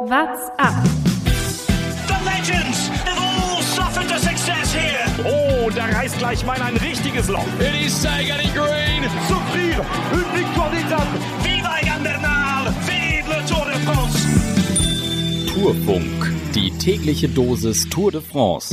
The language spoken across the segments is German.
What's up? The legends have all suffered a success here. Oh, da reißt gleich mal ein richtiges Loch. It is Sagan in green. Souffrir, une victoire d'étape. Viva Egan Bernal, vive le Tour de France. Tourfunk, die tägliche Dosis Tour de France.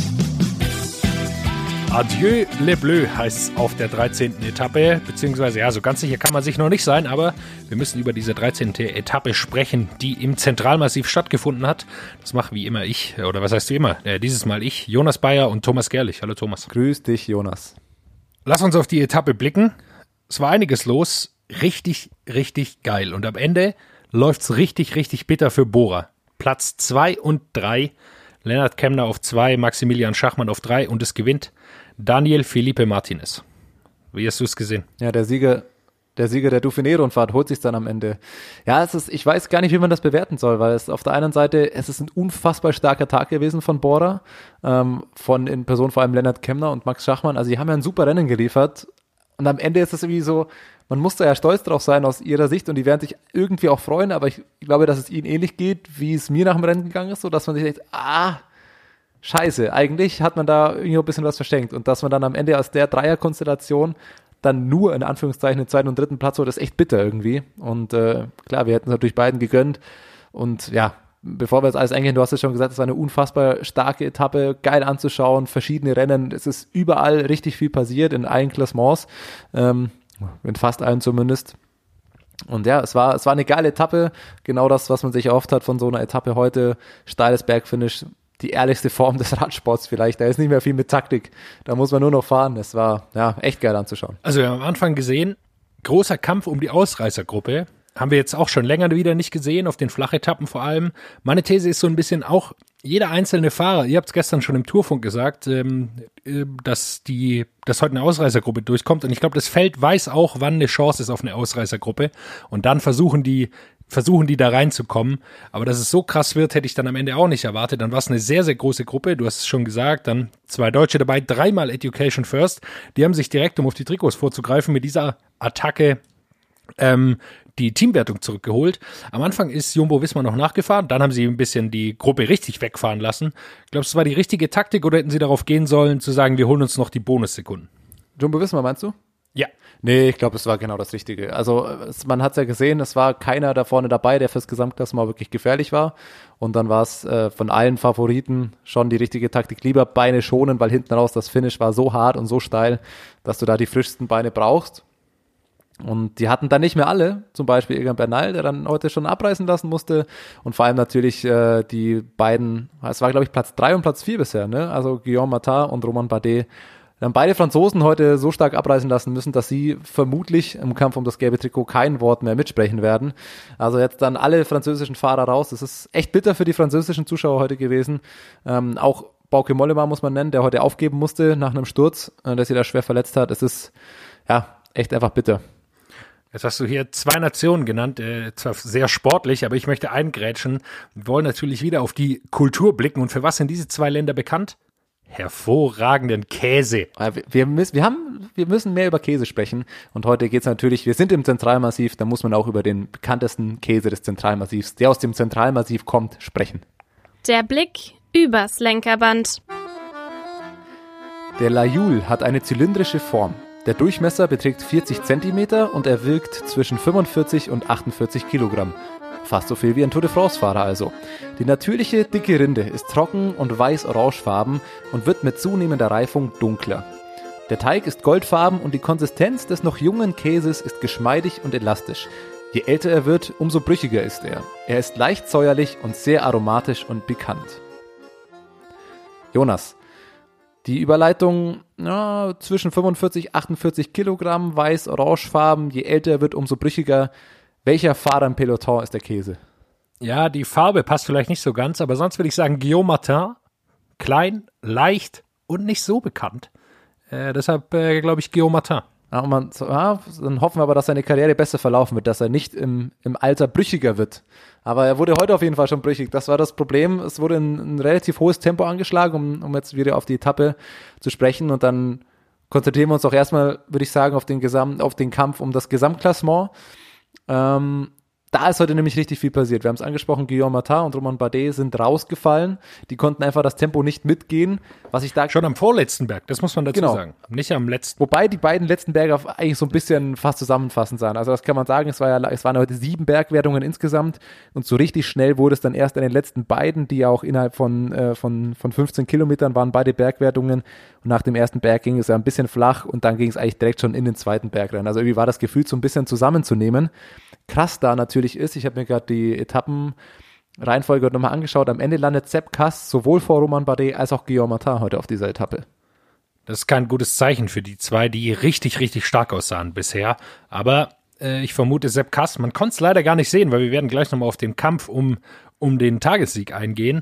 Adieu les Bleus heißt es auf der 13. Etappe, beziehungsweise ja, so ganz sicher kann man sich noch nicht sein, aber wir müssen über diese 13. Etappe sprechen, die im Zentralmassiv stattgefunden hat. Das mache wie immer ich, oder was heißt wie immer, dieses Mal ich, Jonas Bayer und Thomas Gerlich. Hallo Thomas. Grüß dich, Jonas. Lass uns auf die Etappe blicken. Es war einiges los, richtig, richtig geil. Und am Ende läuft's richtig, richtig bitter für Bora. Platz 2 und 3, Lennart Kämna auf 2, Maximilian Schachmann auf 3 und es gewinnt Daniel Felipe Martinez. Wie hast du es gesehen? Ja, der Sieger der Dauphiné-Rundfahrt holt sich dann am Ende. Ja, ich weiß gar nicht, wie man das bewerten soll, weil es auf der einen Seite, es ist ein unfassbar starker Tag gewesen von Bora, in Person vor allem Lennart Kämna und Max Schachmann. Also die haben ja ein super Rennen geliefert und am Ende ist es irgendwie so, man muss da ja stolz drauf sein aus ihrer Sicht und die werden sich irgendwie auch freuen, aber ich glaube, dass es ihnen ähnlich geht, wie es mir nach dem Rennen gegangen ist, so dass man sich denkt, scheiße, eigentlich hat man da irgendwie ein bisschen was verschenkt und dass man dann am Ende aus der Dreierkonstellation dann nur in Anführungszeichen den zweiten und dritten Platz holt, ist echt bitter irgendwie und klar, wir hätten es natürlich beiden gegönnt und ja, bevor wir jetzt alles eingehen, du hast es schon gesagt, es war eine unfassbar starke Etappe, geil anzuschauen, verschiedene Rennen, es ist überall richtig viel passiert in allen Klassements, in fast allen zumindest. Und ja, es war eine geile Etappe, genau das, was man sich erhofft hat von so einer Etappe heute, steiles Bergfinish, die ehrlichste Form des Radsports vielleicht, da ist nicht mehr viel mit Taktik, da muss man nur noch fahren, es war ja echt geil anzuschauen. Also wir haben am Anfang gesehen, großer Kampf um die Ausreißergruppe, haben wir jetzt auch schon länger wieder nicht gesehen, auf den Flachetappen vor allem. Meine These ist so ein bisschen auch, jeder einzelne Fahrer, ihr habt es gestern schon im Tourfunk gesagt, dass heute eine Ausreißergruppe durchkommt und ich glaube, das Feld weiß auch, wann eine Chance ist auf eine Ausreißergruppe und dann versuchen die da reinzukommen, aber dass es so krass wird, hätte ich dann am Ende auch nicht erwartet. Dann war es eine sehr, sehr große Gruppe, du hast es schon gesagt, dann 2 Deutsche dabei, 3-mal Education First, die haben sich direkt, um auf die Trikots vorzugreifen, mit dieser Attacke die Teamwertung zurückgeholt. Am Anfang ist Jumbo-Visma noch nachgefahren, dann haben sie ein bisschen die Gruppe richtig wegfahren lassen. Glaubst du, es war die richtige Taktik oder hätten sie darauf gehen sollen, zu sagen, wir holen uns noch die Bonussekunden? Jumbo-Visma meinst du? Ja. Nee, ich glaube, es war genau das Richtige. Also man hat es ja gesehen, es war keiner da vorne dabei, der fürs Gesamtklassement wirklich gefährlich war. Und dann war es von allen Favoriten schon die richtige Taktik. Lieber Beine schonen, weil hinten raus das Finish war so hart und so steil, dass du da die frischsten Beine brauchst. Und die hatten dann nicht mehr alle, zum Beispiel Egan Bernal, der dann heute schon abreißen lassen musste und vor allem natürlich die beiden, es war glaube ich Platz 3 und Platz 4 bisher, ne? Also Guillaume Martin und Romain Bardet, dann beide Franzosen heute so stark abreißen lassen müssen, dass sie vermutlich im Kampf um das gelbe Trikot kein Wort mehr mitsprechen werden. Also jetzt dann alle französischen Fahrer raus, das ist echt bitter für die französischen Zuschauer heute gewesen, auch Bauke Mollema muss man nennen, der heute aufgeben musste nach einem Sturz, der sich da schwer verletzt hat, es ist ja echt einfach bitter. Jetzt hast du hier 2 Nationen genannt, zwar sehr sportlich, aber ich möchte eingrätschen. Wir wollen natürlich wieder auf die Kultur blicken. Und für was sind diese 2 Länder bekannt? Hervorragenden Käse. Wir müssen mehr über Käse sprechen. Und heute geht es natürlich, wir sind im Zentralmassiv, da muss man auch über den bekanntesten Käse des Zentralmassivs, der aus dem Zentralmassiv kommt, sprechen. Der Blick übers Lenkerband. Der Layoul hat eine zylindrische Form. Der Durchmesser beträgt 40 Zentimeter und er wiegt zwischen 45 und 48 Kilogramm. Fast so viel wie ein Tour de France-Fahrer also. Die natürliche, dicke Rinde ist trocken und weiß-orangefarben und wird mit zunehmender Reifung dunkler. Der Teig ist goldfarben und die Konsistenz des noch jungen Käses ist geschmeidig und elastisch. Je älter er wird, umso brüchiger ist er. Er ist leicht säuerlich und sehr aromatisch und pikant. Jonas, die Überleitung zwischen 45, 48 Kilogramm, weiß-orangefarben, je älter er wird, umso brüchiger. Welcher Fahrer im Peloton ist der Käse? Ja, die Farbe passt vielleicht nicht so ganz, aber sonst würde ich sagen Guillaume Martin. Klein, leicht und nicht so bekannt. Deshalb glaube ich Guillaume Martin. Dann hoffen wir aber, dass seine Karriere besser verlaufen wird, dass er nicht im Alter brüchiger wird. Aber er wurde heute auf jeden Fall schon brüchig. Das war das Problem. Es wurde ein relativ hohes Tempo angeschlagen, um jetzt wieder auf die Etappe zu sprechen. Und dann konzentrieren wir uns auch erstmal, würde ich sagen, auf den Kampf um das Gesamtklassement. Da da ist heute nämlich richtig viel passiert. Wir haben es angesprochen, Guillaume Martin und Romain Bardet sind rausgefallen. Die konnten einfach das Tempo nicht mitgehen. Was ich da schon am vorletzten Berg, das muss man dazu sagen. Nicht am letzten. Wobei die beiden letzten Berge eigentlich so ein bisschen fast zusammenfassend sahen. Also das kann man sagen, es waren heute 7 Bergwertungen insgesamt und so richtig schnell wurde es dann erst an den letzten beiden, die auch innerhalb von 15 Kilometern waren beide Bergwertungen. Und nach dem ersten Berg ging es ja ein bisschen flach und dann ging es eigentlich direkt schon in den zweiten Berg rein. Also irgendwie war das Gefühl so ein bisschen zusammenzunehmen. Krass da natürlich ist, ich habe mir gerade die Etappenreihenfolge nochmal angeschaut, am Ende landet Sepp Kuss sowohl vor Romain Bardet als auch Guillaume Martin heute auf dieser Etappe. Das ist kein gutes Zeichen für die zwei, die richtig, richtig stark aussahen bisher. Aber ich vermute Sepp Kuss, man konnte es leider gar nicht sehen, weil wir werden gleich nochmal auf den Kampf um den Tagessieg eingehen.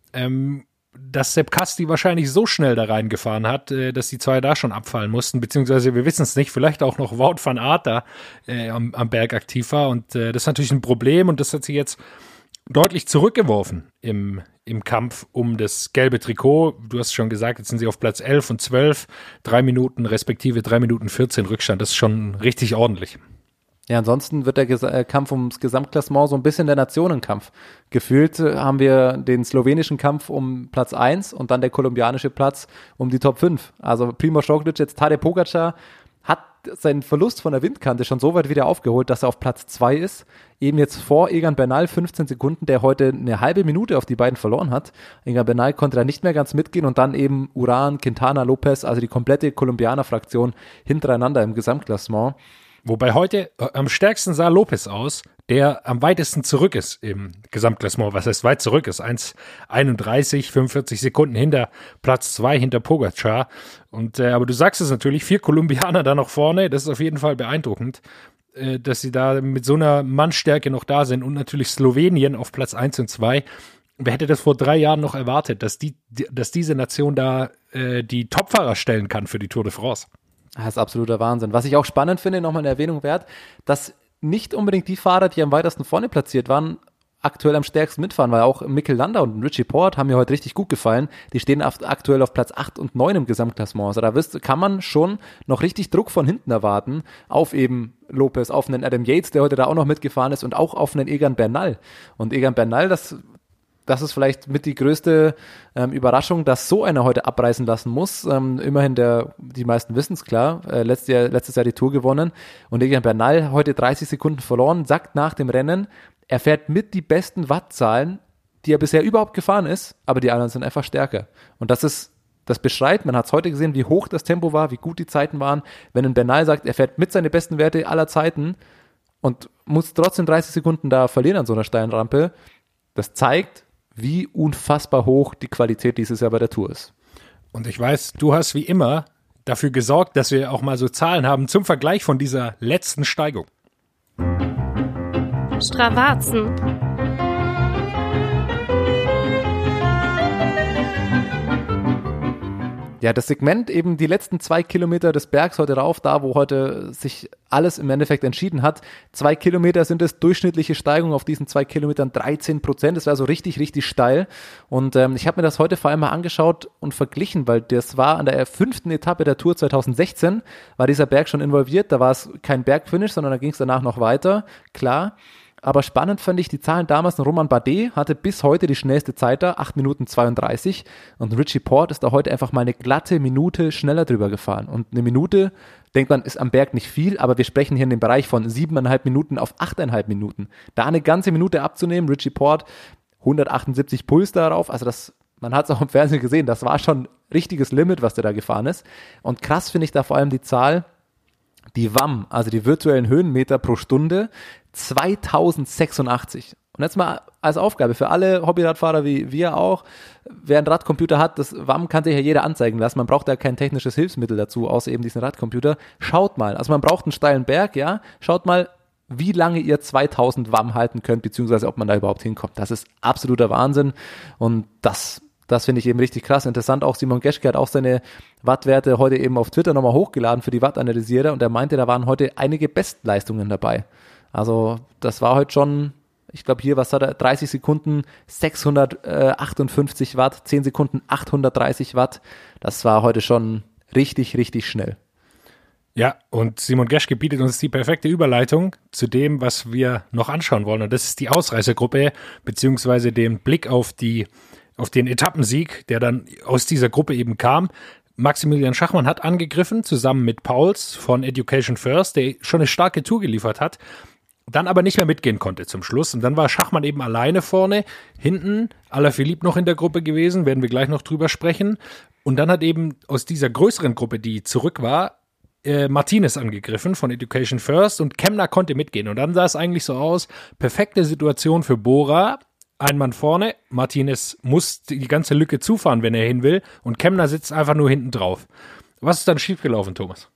Dass Sepp Kuss die wahrscheinlich so schnell da reingefahren hat, dass die zwei da schon abfallen mussten, beziehungsweise wir wissen es nicht, vielleicht auch noch Wout van Aert da am Berg aktiv war und das ist natürlich ein Problem und das hat sie jetzt deutlich zurückgeworfen im Kampf um das gelbe Trikot. Du hast schon gesagt, jetzt sind sie auf Platz 11 und 12, 3 Minuten respektive 3 Minuten 14 Rückstand, das ist schon richtig ordentlich. Ja, ansonsten wird der Kampf ums Gesamtklassement so ein bisschen der Nationenkampf. Gefühlt haben wir den slowenischen Kampf um Platz 1 und dann der kolumbianische Platz um die Top 5. Also Primož Roglič, jetzt Tadej Pogačar, hat seinen Verlust von der Windkante schon so weit wieder aufgeholt, dass er auf Platz 2 ist. Eben jetzt vor Egan Bernal 15 Sekunden, der heute eine halbe Minute auf die beiden verloren hat. Egan Bernal konnte da nicht mehr ganz mitgehen und dann eben Uran, Quintana, Lopez, also die komplette Kolumbianer-Fraktion hintereinander im Gesamtklassement. Wobei heute am stärksten sah Lopez aus, der am weitesten zurück ist im Gesamtklassement. Was heißt weit zurück ist? 1,31, 45 Sekunden hinter Platz 2, hinter Pogačar. Aber du sagst es natürlich, 4 Kolumbianer da noch vorne. Das ist auf jeden Fall beeindruckend, dass sie da mit so einer Mannstärke noch da sind. Und natürlich Slowenien auf Platz 1 und 2. Wer hätte das vor 3 Jahren noch erwartet, dass diese Nation da die Topfahrer stellen kann für die Tour de France? Das ist absoluter Wahnsinn. Was ich auch spannend finde, nochmal eine Erwähnung wert, dass nicht unbedingt die Fahrer, die am weitesten vorne platziert waren, aktuell am stärksten mitfahren, weil auch Mikel Landa und Richie Porte haben mir heute richtig gut gefallen. Die stehen aktuell auf Platz 8 und 9 im Gesamtklassement. Also da kann man schon noch richtig Druck von hinten erwarten auf eben Lopez, auf einen Adam Yates, der heute da auch noch mitgefahren ist und auch auf einen Egan Bernal. Und Egan Bernal, das ist vielleicht mit die größte Überraschung, dass so einer heute abreißen lassen muss. Immerhin die meisten wissen es klar, letztes Jahr die Tour gewonnen. Und Egan Bernal heute 30 Sekunden verloren, sagt nach dem Rennen, er fährt mit die besten Wattzahlen, die er bisher überhaupt gefahren ist, aber die anderen sind einfach stärker. Und das beschreibt, man hat es heute gesehen, wie hoch das Tempo war, wie gut die Zeiten waren. Wenn ein Bernal sagt, er fährt mit seine besten Werte aller Zeiten und muss trotzdem 30 Sekunden da verlieren an so einer steilen Rampe, das zeigt, wie unfassbar hoch die Qualität dieses Jahr bei der Tour ist. Und ich weiß, du hast wie immer dafür gesorgt, dass wir auch mal so Zahlen haben zum Vergleich von dieser letzten Steigung. Stravazen. Ja, das Segment eben die letzten 2 Kilometer des Bergs heute rauf, da wo heute sich alles im Endeffekt entschieden hat. 2 Kilometer sind es, durchschnittliche Steigung auf diesen 2 Kilometern 13%. Das war so richtig, richtig steil. Und ich habe mir das heute vor allem mal angeschaut und verglichen, weil das war an der 5. Etappe der Tour 2016, war dieser Berg schon involviert. Da war es kein Bergfinish, sondern da ging es danach noch weiter, klar. Aber spannend fand ich die Zahlen damals. Romain Bardet hatte bis heute die schnellste Zeit da, 8 Minuten 32. Und Richie Porte ist da heute einfach mal eine glatte Minute schneller drüber gefahren. Und eine Minute, denkt man, ist am Berg nicht viel, aber wir sprechen hier in dem Bereich von 7,5 Minuten auf 8,5 Minuten. Da eine ganze Minute abzunehmen, Richie Porte, 178 Puls darauf, also man hat es auch im Fernsehen gesehen, das war schon richtiges Limit, was der da gefahren ist. Und krass finde ich da vor allem die Zahl, die WAM, also die virtuellen Höhenmeter pro Stunde, 2086. Und jetzt mal als Aufgabe für alle Hobbyradfahrer wie wir auch, wer einen Radcomputer hat, das WAM kann sich ja jeder anzeigen lassen, man braucht ja kein technisches Hilfsmittel dazu, außer eben diesen Radcomputer. Schaut mal, also man braucht einen steilen Berg, ja, schaut mal, wie lange ihr 2000 WAM halten könnt, beziehungsweise ob man da überhaupt hinkommt. Das ist absoluter Wahnsinn und das finde ich eben richtig krass. Interessant, auch Simon Geschke hat auch seine Wattwerte heute eben auf Twitter nochmal hochgeladen für die Wattanalysierer und er meinte, da waren heute einige Bestleistungen dabei. Also das war heute schon, ich glaube hier, was hat er, 30 Sekunden 658 Watt, 10 Sekunden 830 Watt. Das war heute schon richtig, richtig schnell. Ja, und Simon Geschke bietet uns die perfekte Überleitung zu dem, was wir noch anschauen wollen. Und das ist die Ausreißergruppe, beziehungsweise den Blick auf den Etappensieg, der dann aus dieser Gruppe eben kam. Maximilian Schachmann hat angegriffen, zusammen mit Pauls von Education First, der schon eine starke Tour geliefert hat, dann aber nicht mehr mitgehen konnte zum Schluss. Und dann war Schachmann eben alleine vorne, hinten Alaphilippe noch in der Gruppe gewesen, werden wir gleich noch drüber sprechen. Und dann hat eben aus dieser größeren Gruppe, die zurück war, Martinez angegriffen von Education First und Kemna konnte mitgehen. Und dann sah es eigentlich so aus, perfekte Situation für Bora, ein Mann vorne, Martinez muss die ganze Lücke zufahren, wenn er hin will, und Kemna sitzt einfach nur hinten drauf. Was ist dann schiefgelaufen, Thomas?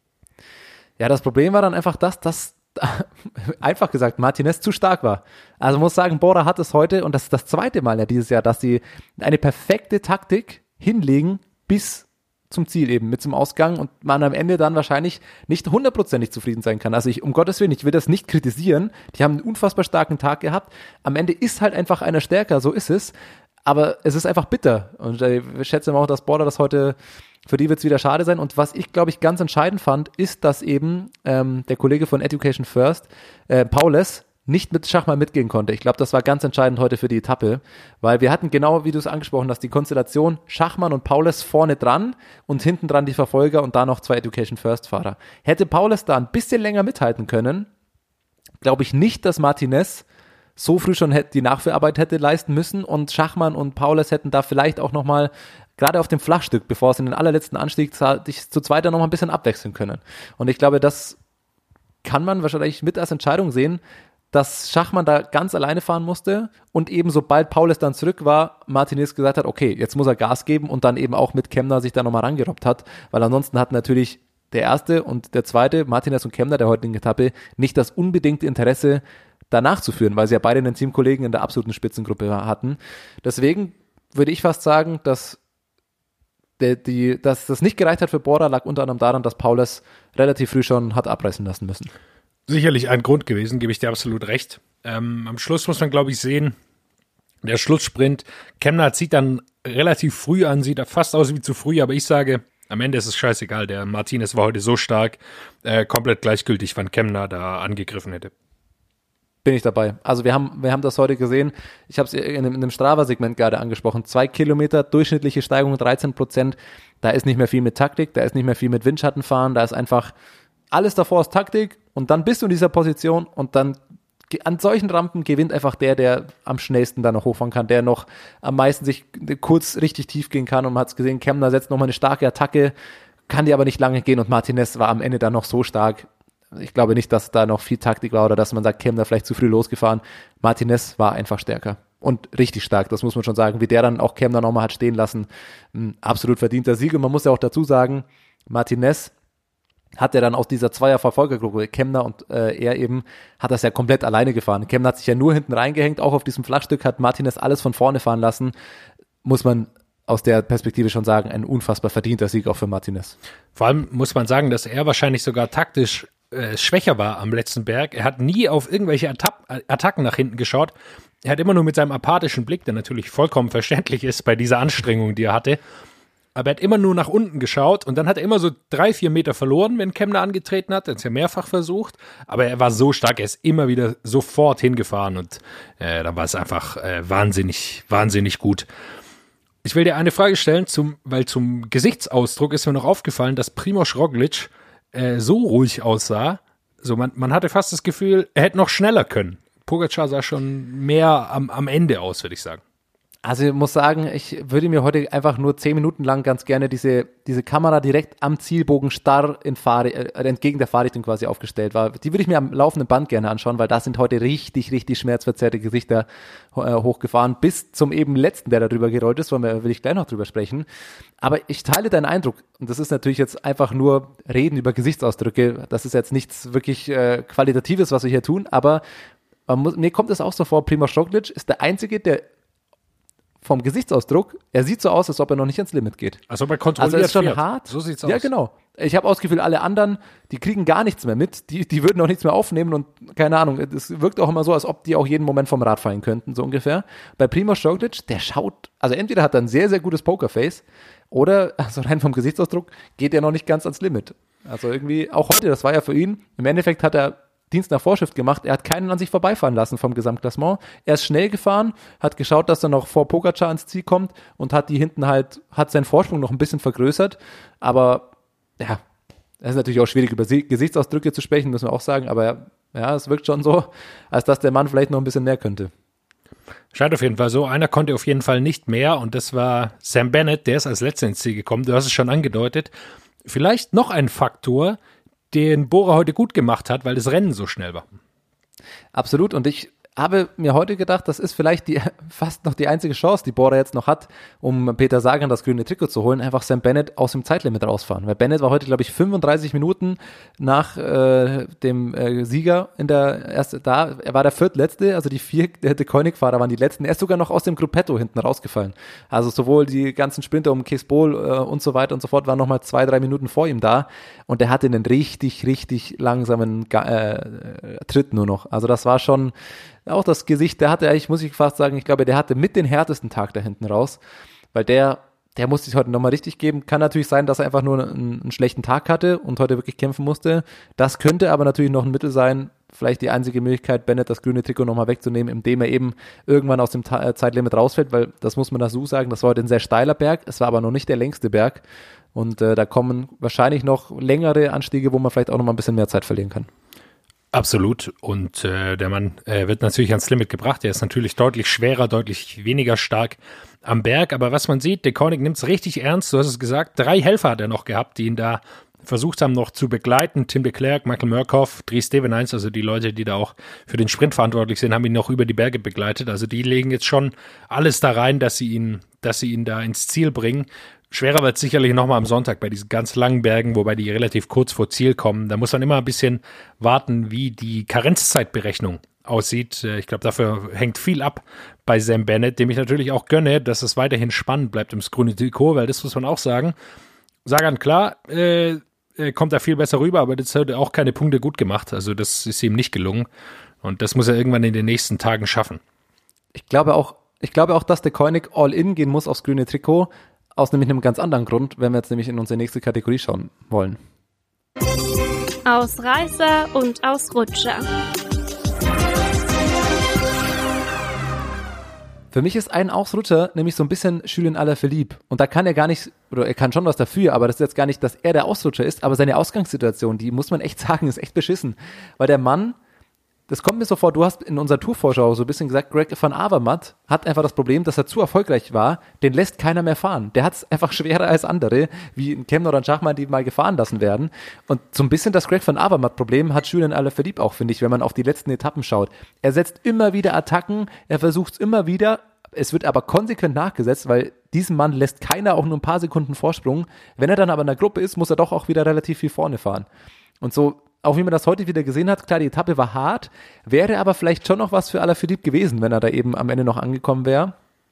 Ja, das Problem war dann einfach dass einfach gesagt, Martinez zu stark war. Also muss sagen, Bora hat es heute, und das ist das zweite Mal ja dieses Jahr, dass sie eine perfekte Taktik hinlegen bis zum Ziel eben, mit zum Ausgang, und man am Ende dann wahrscheinlich nicht 100% zufrieden sein kann. Also um Gottes Willen, ich will das nicht kritisieren. Die haben einen unfassbar starken Tag gehabt. Am Ende ist halt einfach einer stärker, so ist es. Aber es ist einfach bitter. Und ich schätze mal auch, dass Border das heute, für die wird es wieder schade sein. Und was ich, glaube ich, ganz entscheidend fand, ist, dass eben der Kollege von Education First, Paules, nicht mit Schachmann mitgehen konnte. Ich glaube, das war ganz entscheidend heute für die Etappe, weil wir hatten genau, wie du es angesprochen hast, die Konstellation Schachmann und Paules vorne dran und hinten dran die Verfolger und da noch 2 Education First Fahrer. Hätte Paules da ein bisschen länger mithalten können, glaube ich nicht, dass Martinez so früh schon die Nachführarbeit hätte leisten müssen, und Schachmann und Paules hätten da vielleicht auch nochmal, gerade auf dem Flachstück, bevor es in den allerletzten Anstieg sich zu zweit dann nochmal ein bisschen abwechseln können. Und ich glaube, das kann man wahrscheinlich mit als Entscheidung sehen, dass Schachmann da ganz alleine fahren musste und eben sobald Paules dann zurück war, Martinez gesagt hat, okay, jetzt muss er Gas geben, und dann eben auch mit Kemna sich da nochmal rangerobbt hat, weil ansonsten hat natürlich der erste und der zweite, Martinez und Kemna der heutigen Etappe, nicht das unbedingte Interesse, da nachzuführen, weil sie ja beide einen Teamkollegen in der absoluten Spitzengruppe hatten. Deswegen würde ich fast sagen, dass das nicht gereicht hat für Bora, lag unter anderem daran, dass Paules relativ früh schon hat abreißen lassen müssen. Sicherlich ein Grund gewesen, gebe ich dir absolut recht. Am Schluss muss man, glaube ich, sehen, der Schlusssprint, Kemna zieht dann relativ früh an, sieht fast aus wie zu früh, aber ich sage, am Ende ist es scheißegal, der Martinez war heute so stark, komplett gleichgültig, wann Kemna da angegriffen hätte. Bin ich dabei. Also wir haben das heute gesehen, ich habe es in einem Strava-Segment gerade angesprochen, 2 Kilometer, durchschnittliche Steigung 13%, da ist nicht mehr viel mit Taktik, da ist nicht mehr viel mit Windschattenfahren, da ist einfach alles davor ist Taktik, und dann bist du in dieser Position, und dann an solchen Rampen gewinnt einfach der am schnellsten da noch hochfahren kann, der noch am meisten sich kurz richtig tief gehen kann, und man hat es gesehen, Kemna setzt nochmal eine starke Attacke, kann die aber nicht lange gehen, und Martinez war am Ende dann noch so stark. Ich glaube nicht, dass da noch viel Taktik war oder dass man sagt, Kemna vielleicht zu früh losgefahren. Martinez war einfach stärker und richtig stark, das muss man schon sagen, wie der dann auch Kemna nochmal hat stehen lassen. Ein absolut verdienter Sieg, und man muss ja auch dazu sagen, Martinez hat er dann aus dieser Zweier-Verfolgergruppe, Kemna und er eben, hat das ja komplett alleine gefahren. Kemna hat sich ja nur hinten reingehängt, auch auf diesem Flachstück hat Martinez alles von vorne fahren lassen. Muss man aus der Perspektive schon sagen, ein unfassbar verdienter Sieg auch für Martinez. Vor allem muss man sagen, dass er wahrscheinlich sogar taktisch schwächer war am letzten Berg. Er hat nie auf irgendwelche Attacken nach hinten geschaut. Er hat immer nur mit seinem apathischen Blick, der natürlich vollkommen verständlich ist bei dieser Anstrengung, die er hatte, aber er hat immer nur nach unten geschaut, und dann hat er immer so 3-4 Meter verloren, wenn Kemna angetreten hat. Er hat es ja mehrfach versucht, aber er war so stark, er ist immer wieder sofort hingefahren, und dann war es einfach wahnsinnig, wahnsinnig gut. Ich will dir eine Frage stellen, weil zum Gesichtsausdruck ist mir noch aufgefallen, dass Primož Roglič so ruhig aussah. So, man hatte fast das Gefühl, er hätte noch schneller können. Pogačar sah schon mehr am Ende aus, würde ich sagen. Also ich muss sagen, ich würde mir heute einfach nur 10 Minuten lang ganz gerne diese Kamera direkt am Zielbogen starr entgegen der Fahrrichtung quasi aufgestellt war. Die würde ich mir am laufenden Band gerne anschauen, weil da sind heute richtig, richtig schmerzverzerrte Gesichter hochgefahren, bis zum eben letzten, der da drüber gerollt ist, will ich gleich noch drüber sprechen. Aber ich teile deinen Eindruck, und das ist natürlich jetzt einfach nur Reden über Gesichtsausdrücke, das ist jetzt nichts wirklich Qualitatives, was wir hier tun, aber mir kommt es auch so vor, Primož Roglič ist der Einzige, der vom Gesichtsausdruck, er sieht so aus, als ob er noch nicht ans Limit geht. Als ob er kontrolliert also ist schon fährt. Hart. So sieht's aus. Ja, genau. Ich habe auch das Gefühl, alle anderen, die kriegen gar nichts mehr mit, die würden auch nichts mehr aufnehmen, und keine Ahnung, es wirkt auch immer so, als ob die auch jeden Moment vom Rad fallen könnten, so ungefähr. Bei Primož Roglič, der schaut, also entweder hat er ein sehr, sehr gutes Pokerface, oder, also rein vom Gesichtsausdruck, geht er noch nicht ganz ans Limit. Also irgendwie, auch heute, das war ja für ihn, im Endeffekt hat er Dienst nach Vorschrift gemacht, er hat keinen an sich vorbeifahren lassen vom Gesamtklassement. Er ist schnell gefahren, hat geschaut, dass er noch vor Pogačar ans Ziel kommt und hat seinen Vorsprung noch ein bisschen vergrößert, aber ja, es ist natürlich auch schwierig, über Gesichtsausdrücke zu sprechen, müssen wir auch sagen, aber ja, es wirkt schon so, als dass der Mann vielleicht noch ein bisschen mehr könnte. Scheint auf jeden Fall so. Einer konnte auf jeden Fall nicht mehr und das war Sam Bennett, der ist als Letzter ins Ziel gekommen. Du hast es schon angedeutet. Vielleicht noch ein Faktor, den Bora heute gut gemacht hat, weil das Rennen so schnell war. Absolut, und ich habe mir heute gedacht, das ist vielleicht fast noch die einzige Chance, die Bora jetzt noch hat, um Peter Sagan das grüne Trikot zu holen, einfach Sam Bennett aus dem Zeitlimit rausfahren. Weil Bennett war heute, glaube ich, 35 Minuten nach dem Sieger da. Er war der viertletzte, also die 4 De Koenig-Fahrer waren die letzten. Er ist sogar noch aus dem Gruppetto hinten rausgefallen. Also sowohl die ganzen Sprinter um Kees Bol und so weiter und so fort waren nochmal 2-3 Minuten vor ihm da. Und er hatte einen richtig, richtig langsamen Tritt nur noch. Also das war schon auch das Gesicht, der hatte eigentlich, muss ich fast sagen, ich glaube, der hatte mit den härtesten Tag da hinten raus, weil der musste sich heute nochmal richtig geben. Kann natürlich sein, dass er einfach nur einen schlechten Tag hatte und heute wirklich kämpfen musste. Das könnte aber natürlich noch ein Mittel sein, vielleicht die einzige Möglichkeit, Bennett das grüne Trikot nochmal wegzunehmen, indem er eben irgendwann aus dem Zeitlimit rausfällt, weil das muss man dazu sagen, das war heute ein sehr steiler Berg, es war aber noch nicht der längste Berg und da kommen wahrscheinlich noch längere Anstiege, wo man vielleicht auch nochmal ein bisschen mehr Zeit verlieren kann. Absolut. Und der Mann wird natürlich ans Limit gebracht. Er ist natürlich deutlich schwerer, deutlich weniger stark am Berg. Aber was man sieht, De Koenig nimmt es richtig ernst. Du hast es gesagt, 3 Helfer hat er noch gehabt, die ihn da versucht haben, noch zu begleiten. Tim de Klerk, Michael Murkoff, Dries Stevenijns, also die Leute, die da auch für den Sprint verantwortlich sind, haben ihn noch über die Berge begleitet. Also die legen jetzt schon alles da rein, dass sie ihn da ins Ziel bringen. Schwerer wird es sicherlich nochmal am Sonntag bei diesen ganz langen Bergen, wobei die relativ kurz vor Ziel kommen. Da muss man immer ein bisschen warten, wie die Karenzzeitberechnung aussieht. Ich glaube, dafür hängt viel ab bei Sam Bennett, dem ich natürlich auch gönne, dass es weiterhin spannend bleibt ums grüne Trikot, weil das muss man auch sagen. Sagan, klar, kommt da viel besser rüber, aber das hat auch keine Punkte gut gemacht. Also das ist ihm nicht gelungen und das muss er irgendwann in den nächsten Tagen schaffen. Ich glaube auch, dass De Koenig all in gehen muss aufs grüne Trikot, aus nämlich einem ganz anderen Grund, wenn wir jetzt nämlich in unsere nächste Kategorie schauen wollen. Ausreißer und Ausrutscher. Für mich ist ein Ausrutscher nämlich so ein bisschen Julien Alaphilippe. Und da kann er gar nicht, oder er kann schon was dafür, aber das ist jetzt gar nicht, dass er der Ausrutscher ist, aber seine Ausgangssituation, die muss man echt sagen, ist echt beschissen. Weil der Mann, das kommt mir so vor, du hast in unserer Tourvorschau so ein bisschen gesagt, Greg van Avermaet hat einfach das Problem, dass er zu erfolgreich war, den lässt keiner mehr fahren. Der hat es einfach schwerer als andere, wie in Kemna oder in Schachmann, die mal gefahren lassen werden. Und so ein bisschen das Greg van Avermaet-Problem hat Julien Alaphilippe auch, finde ich, wenn man auf die letzten Etappen schaut. Er setzt immer wieder Attacken, er versucht es immer wieder, es wird aber konsequent nachgesetzt, weil diesem Mann lässt keiner auch nur ein paar Sekunden Vorsprung. Wenn er dann aber in der Gruppe ist, muss er doch auch wieder relativ viel vorne fahren. Und so, auch wie man das heute wieder gesehen hat, klar, die Etappe war hart, wäre aber vielleicht schon noch was für Alaphilippe gewesen, wenn er da eben am Ende noch angekommen wäre.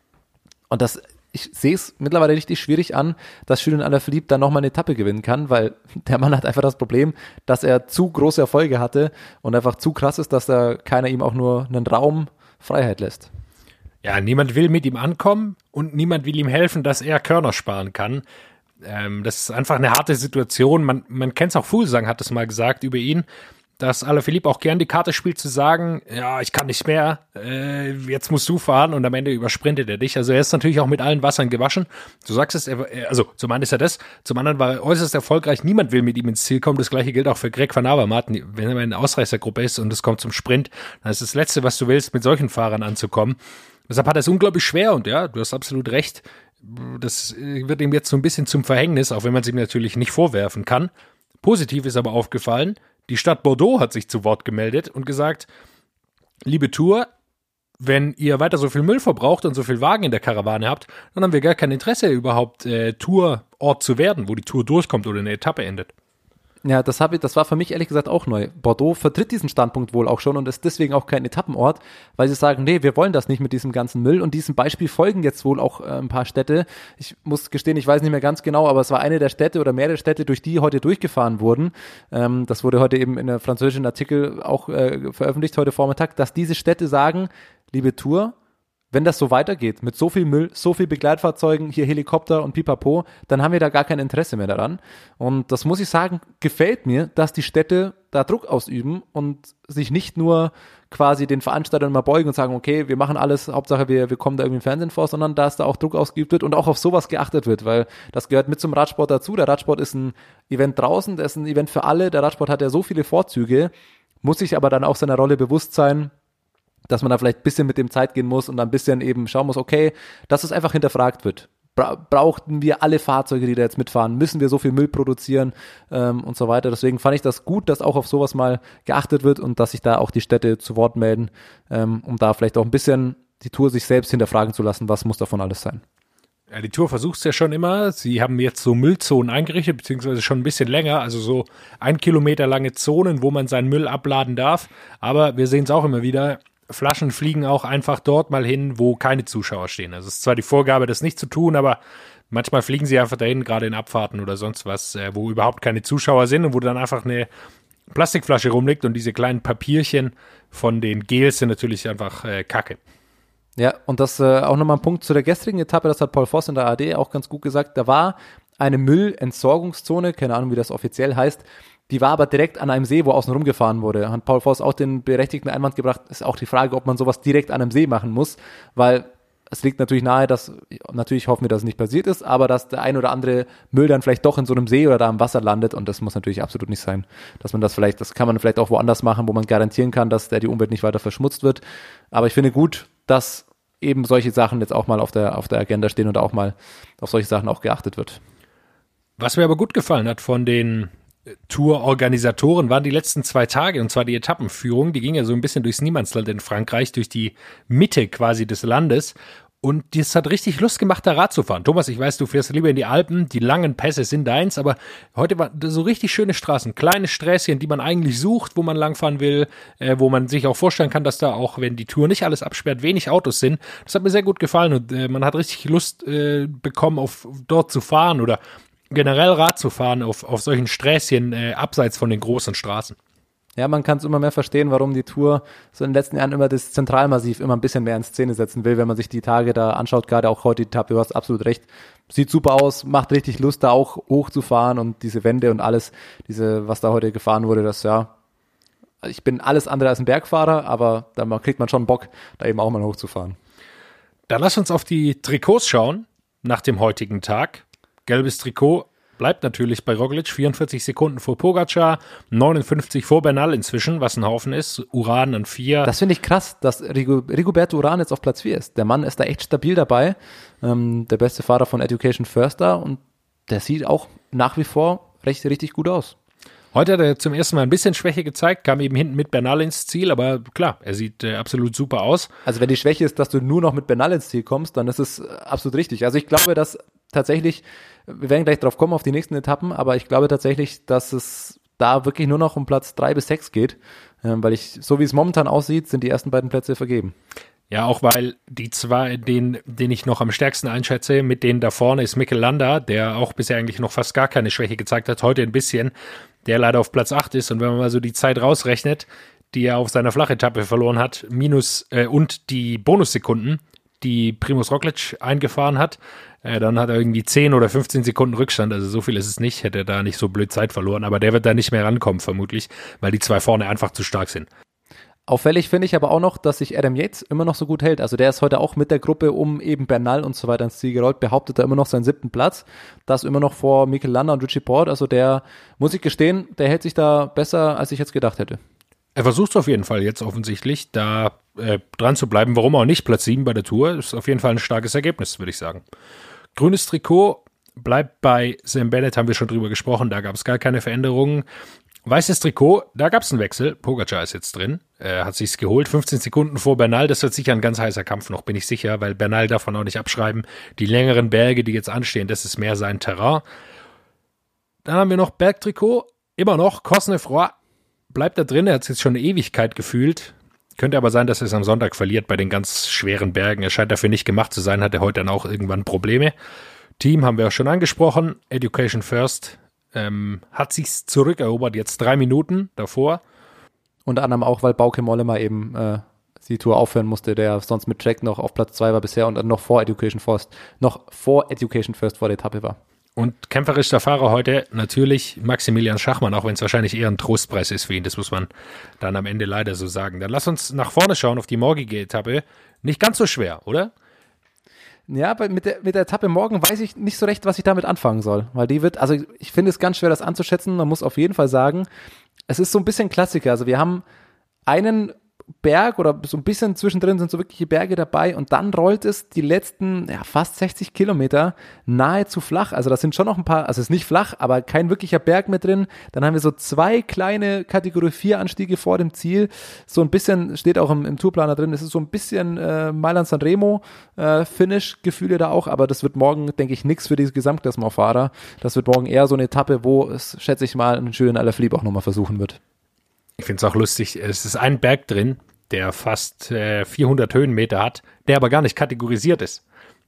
Und ich sehe es mittlerweile richtig schwierig an, dass Julien Alaphilippe da nochmal eine Etappe gewinnen kann, weil der Mann hat einfach das Problem, dass er zu große Erfolge hatte und einfach zu krass ist, dass da keiner ihm auch nur einen Raum Freiheit lässt. Ja, niemand will mit ihm ankommen und niemand will ihm helfen, dass er Körner sparen kann. Das ist einfach eine harte Situation. Man kennt es auch, Fuglsang hat es mal gesagt über ihn, dass Alaphilippe auch gern die Karte spielt zu sagen, ja, ich kann nicht mehr, jetzt musst du fahren und am Ende übersprintet er dich. Also er ist natürlich auch mit allen Wassern gewaschen. Du sagst es, also zum einen ist er das, zum anderen war er äußerst erfolgreich, niemand will mit ihm ins Ziel kommen. Das gleiche gilt auch für Greg van Avermaet. Wenn er in einer Ausreißergruppe ist und es kommt zum Sprint, dann ist das Letzte, was du willst, mit solchen Fahrern anzukommen. Deshalb hat er es unglaublich schwer und ja, du hast absolut recht. Das wird ihm jetzt so ein bisschen zum Verhängnis, auch wenn man es ihm natürlich nicht vorwerfen kann. Positiv ist aber aufgefallen, die Stadt Bordeaux hat sich zu Wort gemeldet und gesagt, liebe Tour, wenn ihr weiter so viel Müll verbraucht und so viel Wagen in der Karawane habt, dann haben wir gar kein Interesse, überhaupt Tourort zu werden, wo die Tour durchkommt oder eine Etappe endet. Ja, das war für mich ehrlich gesagt auch neu. Bordeaux vertritt diesen Standpunkt wohl auch schon und ist deswegen auch kein Etappenort, weil sie sagen, nee, wir wollen das nicht mit diesem ganzen Müll und diesem Beispiel folgen jetzt wohl auch ein paar Städte. Ich muss gestehen, ich weiß nicht mehr ganz genau, aber es war eine der Städte oder mehrere Städte, durch die heute durchgefahren wurden. Das wurde heute eben in einem französischen Artikel auch veröffentlicht, heute Vormittag, dass diese Städte sagen, liebe Tour, wenn das so weitergeht, mit so viel Müll, so viel Begleitfahrzeugen, hier Helikopter und Pipapo, dann haben wir da gar kein Interesse mehr daran. Und das muss ich sagen, gefällt mir, dass die Städte da Druck ausüben und sich nicht nur quasi den Veranstaltern mal beugen und sagen, okay, wir machen alles, Hauptsache wir kommen da irgendwie im Fernsehen vor, sondern dass da auch Druck ausgeübt wird und auch auf sowas geachtet wird, weil das gehört mit zum Radsport dazu. Der Radsport ist ein Event draußen, das ist ein Event für alle. Der Radsport hat ja so viele Vorzüge, muss sich aber dann auch seiner Rolle bewusst sein, dass man da vielleicht ein bisschen mit dem Zeit gehen muss und dann ein bisschen eben schauen muss, okay, dass es einfach hinterfragt wird. Brauchten wir alle Fahrzeuge, die da jetzt mitfahren? Müssen wir so viel Müll produzieren und so weiter? Deswegen fand ich das gut, dass auch auf sowas mal geachtet wird und dass sich da auch die Städte zu Wort melden, um da vielleicht auch ein bisschen die Tour sich selbst hinterfragen zu lassen, was muss davon alles sein. Ja, die Tour versucht es ja schon immer. Sie haben jetzt so Müllzonen eingerichtet, beziehungsweise schon ein bisschen länger, also so 1 Kilometer lange Zonen, wo man seinen Müll abladen darf. Aber wir sehen es auch immer wieder, Flaschen fliegen auch einfach dort mal hin, wo keine Zuschauer stehen. Also es ist zwar die Vorgabe, das nicht zu tun, aber manchmal fliegen sie einfach dahin, gerade in Abfahrten oder sonst was, wo überhaupt keine Zuschauer sind und wo dann einfach eine Plastikflasche rumliegt und diese kleinen Papierchen von den Gels sind natürlich einfach Kacke. Ja, und das auch nochmal ein Punkt zu der gestrigen Etappe, das hat Paul Voss in der ARD auch ganz gut gesagt, da war eine Müllentsorgungszone, keine Ahnung, wie das offiziell heißt, die war aber direkt an einem See, wo außen rumgefahren wurde. Hat Paul Voss auch den berechtigten Einwand gebracht, ist auch die Frage, ob man sowas direkt an einem See machen muss, weil es liegt natürlich nahe, dass, natürlich hoffen wir, dass es nicht passiert ist, aber dass der ein oder andere Müll dann vielleicht doch in so einem See oder da im Wasser landet und das muss natürlich absolut nicht sein. Dass man das kann man vielleicht auch woanders machen, wo man garantieren kann, dass die Umwelt nicht weiter verschmutzt wird. Aber ich finde gut, dass eben solche Sachen jetzt auch mal auf der Agenda stehen und auch mal auf solche Sachen auch geachtet wird. Was mir aber gut gefallen hat von den Tour-Organisatoren waren die letzten 2 Tage, und zwar die Etappenführung, die ging ja so ein bisschen durchs Niemandsland in Frankreich, durch die Mitte quasi des Landes und das hat richtig Lust gemacht, da Rad zu fahren. Thomas, ich weiß, du fährst lieber in die Alpen, die langen Pässe sind deins, aber heute waren so richtig schöne Straßen, kleine Sträßchen, die man eigentlich sucht, wo man langfahren will, wo man sich auch vorstellen kann, dass da auch, wenn die Tour nicht alles absperrt, wenig Autos sind. Das hat mir sehr gut gefallen und man hat richtig Lust bekommen, auf dort zu fahren oder generell Rad zu fahren auf solchen Sträßchen abseits von den großen Straßen. Ja, man kann es immer mehr verstehen, warum die Tour so in den letzten Jahren immer das Zentralmassiv immer ein bisschen mehr in Szene setzen will, wenn man sich die Tage da anschaut, gerade auch heute die Etappe, du hast absolut recht, sieht super aus, macht richtig Lust, da auch hochzufahren und diese Wände und alles, was da heute gefahren wurde, das ja, ich bin alles andere als ein Bergfahrer, aber da kriegt man schon Bock, da eben auch mal hochzufahren. Dann lass uns auf die Trikots schauen, nach dem heutigen Tag. Gelbes Trikot bleibt natürlich bei Roglic, 44 Sekunden vor Pogacar, 59 vor Bernal inzwischen, was ein Haufen ist, Uran an 4. Das finde ich krass, dass Rigoberto Uran jetzt auf Platz 4 ist. Der Mann ist da echt stabil dabei, der beste Fahrer von Education First da und der sieht auch nach wie vor richtig gut aus. Heute hat er zum ersten Mal ein bisschen Schwäche gezeigt, kam eben hinten mit Bernal ins Ziel, aber klar, er sieht absolut super aus. Also wenn die Schwäche ist, dass du nur noch mit Bernal ins Ziel kommst, dann ist es absolut richtig. Also ich glaube, dass tatsächlich, wir werden gleich drauf kommen auf die nächsten Etappen, aber ich glaube tatsächlich, dass es da wirklich nur noch um Platz 3 bis 6 geht, weil so wie es momentan aussieht, sind die ersten beiden Plätze vergeben. Ja, auch weil die zwei, den ich noch am stärksten einschätze, mit denen da vorne ist Mikel Landa, der auch bisher eigentlich noch fast gar keine Schwäche gezeigt hat, heute ein bisschen, der leider auf Platz 8 ist und wenn man mal so die Zeit rausrechnet, die er auf seiner Flachetappe verloren hat, und die Bonussekunden, die Primož Roglic eingefahren hat, dann hat er irgendwie 10 oder 15 Sekunden Rückstand, also so viel ist es nicht, hätte er da nicht so blöd Zeit verloren, aber der wird da nicht mehr rankommen vermutlich, weil die zwei vorne einfach zu stark sind. Auffällig finde ich aber auch noch, dass sich Adam Yates immer noch so gut hält. Also der ist heute auch mit der Gruppe um eben Bernal und so weiter ins Ziel gerollt, behauptet er immer noch seinen 7. Platz. Das immer noch vor Mikel Landa und Richie Porte. Also der, muss ich gestehen, der hält sich da besser, als ich jetzt gedacht hätte. Er versucht es auf jeden Fall jetzt offensichtlich, da dran zu bleiben. Warum auch nicht? Platz 7 bei der Tour ist auf jeden Fall ein starkes Ergebnis, würde ich sagen. Grünes Trikot bleibt bei Sam Bennett, haben wir schon drüber gesprochen, da gab es gar keine Veränderungen. Weißes Trikot, da gab es einen Wechsel. Pogacar ist jetzt drin, hat sich's geholt, 15 Sekunden vor Bernal. Das wird sicher ein ganz heißer Kampf noch, bin ich sicher, weil Bernal darf man auch nicht abschreiben. Die längeren Berge, die jetzt anstehen, das ist mehr sein Terrain. Dann haben wir noch Bergtrikot, immer noch, Cosnefroy bleibt da drin, er hat es jetzt schon eine Ewigkeit gefühlt. Könnte aber sein, dass er es am Sonntag verliert bei den ganz schweren Bergen. Er scheint dafür nicht gemacht zu sein, hat er heute dann auch irgendwann Probleme. Team haben wir auch schon angesprochen, Education First. Hat sich's zurückerobert, jetzt 3 Minuten davor. Unter anderem auch, weil Bauke Mollema eben die Tour aufhören musste, der sonst mit Trek noch auf Platz 2 war bisher und dann noch vor Education First vor der Etappe war. Und kämpferischster Fahrer heute natürlich Maximilian Schachmann, auch wenn es wahrscheinlich eher ein Trostpreis ist für ihn, das muss man dann am Ende leider so sagen. Dann lass uns nach vorne schauen auf die morgige Etappe. Nicht ganz so schwer, oder? Ja, aber mit der Etappe morgen weiß ich nicht so recht, was ich damit anfangen soll, weil ich finde es ganz schwer, das anzuschätzen. Man muss auf jeden Fall sagen, es ist so ein bisschen Klassiker. Also wir haben einen Berg oder so ein bisschen zwischendrin sind so wirkliche Berge dabei und dann rollt es die letzten fast 60 Kilometer nahezu flach. Also das sind schon noch ein paar, also es ist nicht flach, aber kein wirklicher Berg mit drin. Dann haben wir so 2 kleine Kategorie 4 Anstiege vor dem Ziel. So ein bisschen, steht auch im Tourplaner drin, es ist so ein bisschen Mailand-San Remo Finish-Gefühle da auch, aber das wird morgen, denke ich, nichts für diese Gesamtklassement-Fahrer. Das wird morgen eher so eine Etappe, wo es, schätze ich mal, ein Julian Alaphilippe auch nochmal versuchen wird. Ich finde es auch lustig, es ist ein Berg drin, der fast 400 Höhenmeter hat, der aber gar nicht kategorisiert ist.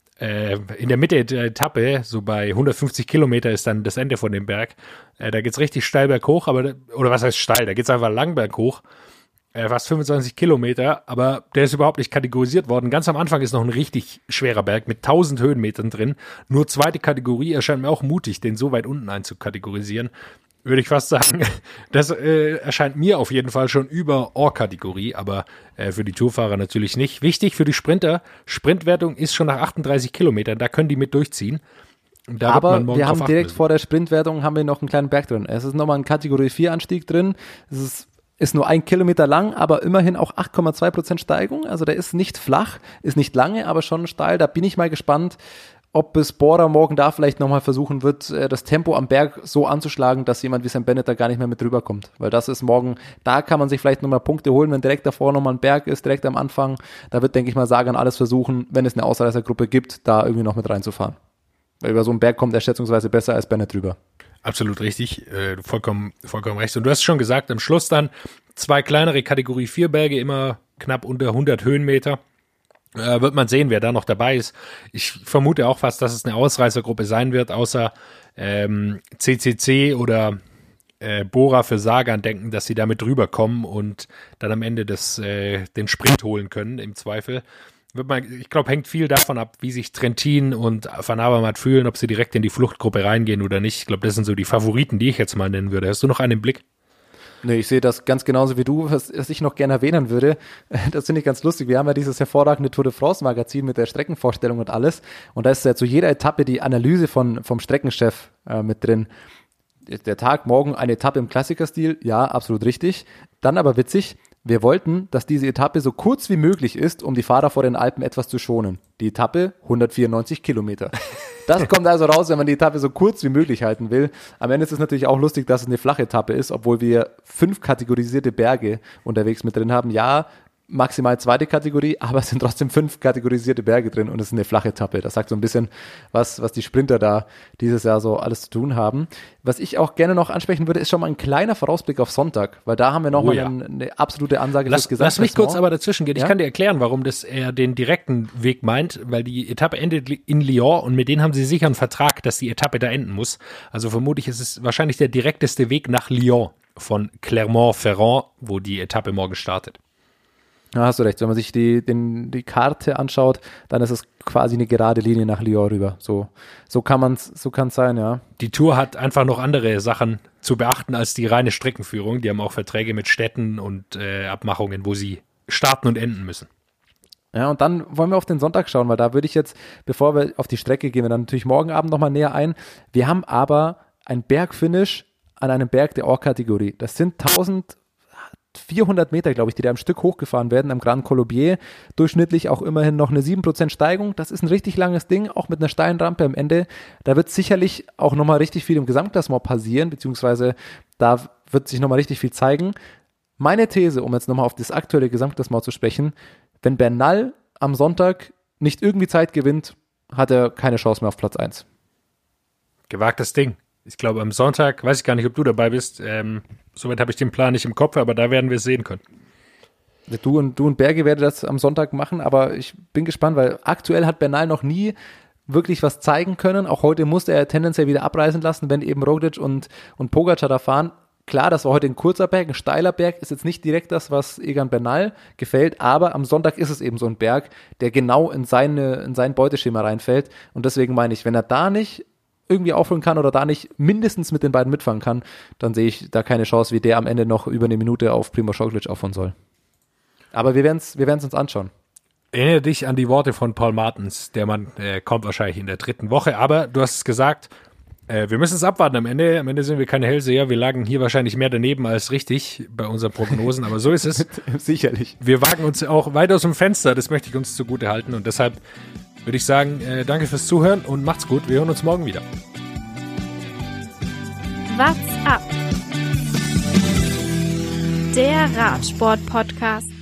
In der Mitte der Etappe, so bei 150 Kilometer ist dann das Ende von dem Berg. Da geht es richtig steil berghoch, oder was heißt steil? Da geht es einfach lang berghoch, fast 25 Kilometer, aber der ist überhaupt nicht kategorisiert worden. Ganz am Anfang ist noch ein richtig schwerer Berg mit 1000 Höhenmetern drin. Nur zweite Kategorie erscheint mir auch mutig, den so weit unten einzukategorisieren. Würde ich fast sagen, das erscheint mir auf jeden Fall schon über Or-Kategorie, aber für die Tourfahrer natürlich nicht. Wichtig für die Sprinter, Sprintwertung ist schon nach 38 Kilometern, da können die mit durchziehen. Da aber wir haben direkt vor der Sprintwertung haben wir noch einen kleinen Berg drin. Es ist nochmal ein Kategorie 4 Anstieg drin, es ist nur 1 Kilometer lang, aber immerhin auch 8,2% Steigung, also der ist nicht flach, ist nicht lange, aber schon steil, da bin ich mal gespannt, ob es Bora morgen da vielleicht nochmal versuchen wird, das Tempo am Berg so anzuschlagen, dass jemand wie Sam Bennett da gar nicht mehr mit drüber kommt. Weil das ist morgen, da kann man sich vielleicht nochmal Punkte holen, wenn direkt davor nochmal ein Berg ist, direkt am Anfang. Da wird, denke ich mal, Sagan alles versuchen, wenn es eine Ausreißergruppe gibt, da irgendwie noch mit reinzufahren. Weil über so einen Berg kommt er schätzungsweise besser als Bennett drüber. Absolut richtig, vollkommen recht. Und du hast schon gesagt, am Schluss dann 2 kleinere Kategorie 4 Berge, immer knapp unter 100 Höhenmeter. Wird man sehen, wer da noch dabei ist. Ich vermute auch fast, dass es eine Ausreißergruppe sein wird, außer CCC oder Bora für Sagan denken, dass sie damit drüber kommen und dann am Ende den Sprint holen können, im Zweifel. Ich glaube, hängt viel davon ab, wie sich Trentin und Van Avermaet fühlen, ob sie direkt in die Fluchtgruppe reingehen oder nicht. Ich glaube, das sind so die Favoriten, die ich jetzt mal nennen würde. Hast du noch einen im Blick? Nee, ich sehe das ganz genauso wie du, was ich noch gerne erwähnen würde. Das finde ich ganz lustig. Wir haben ja dieses hervorragende Tour de France Magazin mit der Streckenvorstellung und alles. Und da ist ja zu jeder Etappe die Analyse vom Streckenchef mit drin. Der Tag morgen eine Etappe im Klassikerstil, ja, absolut richtig. Dann aber witzig, wir wollten, dass diese Etappe so kurz wie möglich ist, um die Fahrer vor den Alpen etwas zu schonen. Die Etappe 194 Kilometer. Das kommt also raus, wenn man die Etappe so kurz wie möglich halten will. Am Ende ist es natürlich auch lustig, dass es eine flache Etappe ist, obwohl wir 5 kategorisierte Berge unterwegs mit drin haben. Ja, maximal 2. Kategorie, aber es sind trotzdem 5 kategorisierte Berge drin und es ist eine flache Etappe. Das sagt so ein bisschen, was die Sprinter da dieses Jahr so alles zu tun haben. Was ich auch gerne noch ansprechen würde, ist schon mal ein kleiner Vorausblick auf Sonntag, weil da haben wir nochmal eine absolute Ansage fürs Gesamtklassement. Lass mich kurz aber dazwischen gehen. Ich kann dir erklären, warum er den direkten Weg meint, weil die Etappe endet in Lyon und mit denen haben sie sicher einen Vertrag, dass die Etappe da enden muss. Also vermutlich ist es wahrscheinlich der direkteste Weg nach Lyon von Clermont-Ferrand, wo die Etappe morgen startet. Ja, hast du recht. Wenn man sich die Karte anschaut, dann ist es quasi eine gerade Linie nach Lyon rüber. So kann es sein, ja. Die Tour hat einfach noch andere Sachen zu beachten als die reine Streckenführung. Die haben auch Verträge mit Städten und Abmachungen, wo sie starten und enden müssen. Ja, und dann wollen wir auf den Sonntag schauen, weil da würde ich jetzt, bevor wir auf die Strecke gehen, wir dann natürlich morgen Abend nochmal näher ein. Wir haben aber ein Bergfinish an einem Berg der Or-Kategorie. Das sind 1400 Meter, glaube ich, die da im Stück hochgefahren werden, am Grand Colombier. Durchschnittlich auch immerhin noch eine 7% Steigung. Das ist ein richtig langes Ding, auch mit einer steilen Rampe am Ende. Da wird sicherlich auch nochmal richtig viel im Gesamtklassement passieren, beziehungsweise da wird sich nochmal richtig viel zeigen. Meine These, um jetzt nochmal auf das aktuelle Gesamtklassement zu sprechen, wenn Bernal am Sonntag nicht irgendwie Zeit gewinnt, hat er keine Chance mehr auf Platz 1. Gewagtes Ding. Ich glaube, am Sonntag, weiß ich gar nicht, ob du dabei bist, soweit habe ich den Plan nicht im Kopf, aber da werden wir es sehen können. Du und Berge werden das am Sonntag machen, aber ich bin gespannt, weil aktuell hat Bernal noch nie wirklich was zeigen können. Auch heute musste er tendenziell wieder abreißen lassen, wenn eben Roglic und Pogačar da fahren. klar, das war heute ein kurzer Berg, ein steiler Berg, ist jetzt nicht direkt das, was Egan Bernal gefällt, aber am Sonntag ist es eben so ein Berg, der genau in sein Beuteschema reinfällt. Und deswegen meine ich, wenn er da nicht irgendwie aufholen kann oder da nicht mindestens mit den beiden mitfahren kann, dann sehe ich da keine Chance, wie der am Ende noch über eine Minute auf Primož Roglič aufholen soll. Aber wir werden es uns anschauen. Erinnere dich an die Worte von Paul Martens. Der Mann kommt wahrscheinlich in der 3. Woche, aber du hast es gesagt, wir müssen es abwarten am Ende. Am Ende sind wir keine Hellseher. Wir lagen hier wahrscheinlich mehr daneben als richtig bei unseren Prognosen, aber so ist es. Sicherlich. Wir wagen uns auch weit aus dem Fenster, das möchte ich uns zugute halten und deshalb würde ich sagen, danke fürs Zuhören und macht's gut. Wir hören uns morgen wieder. What's up? Der Radsport-Podcast.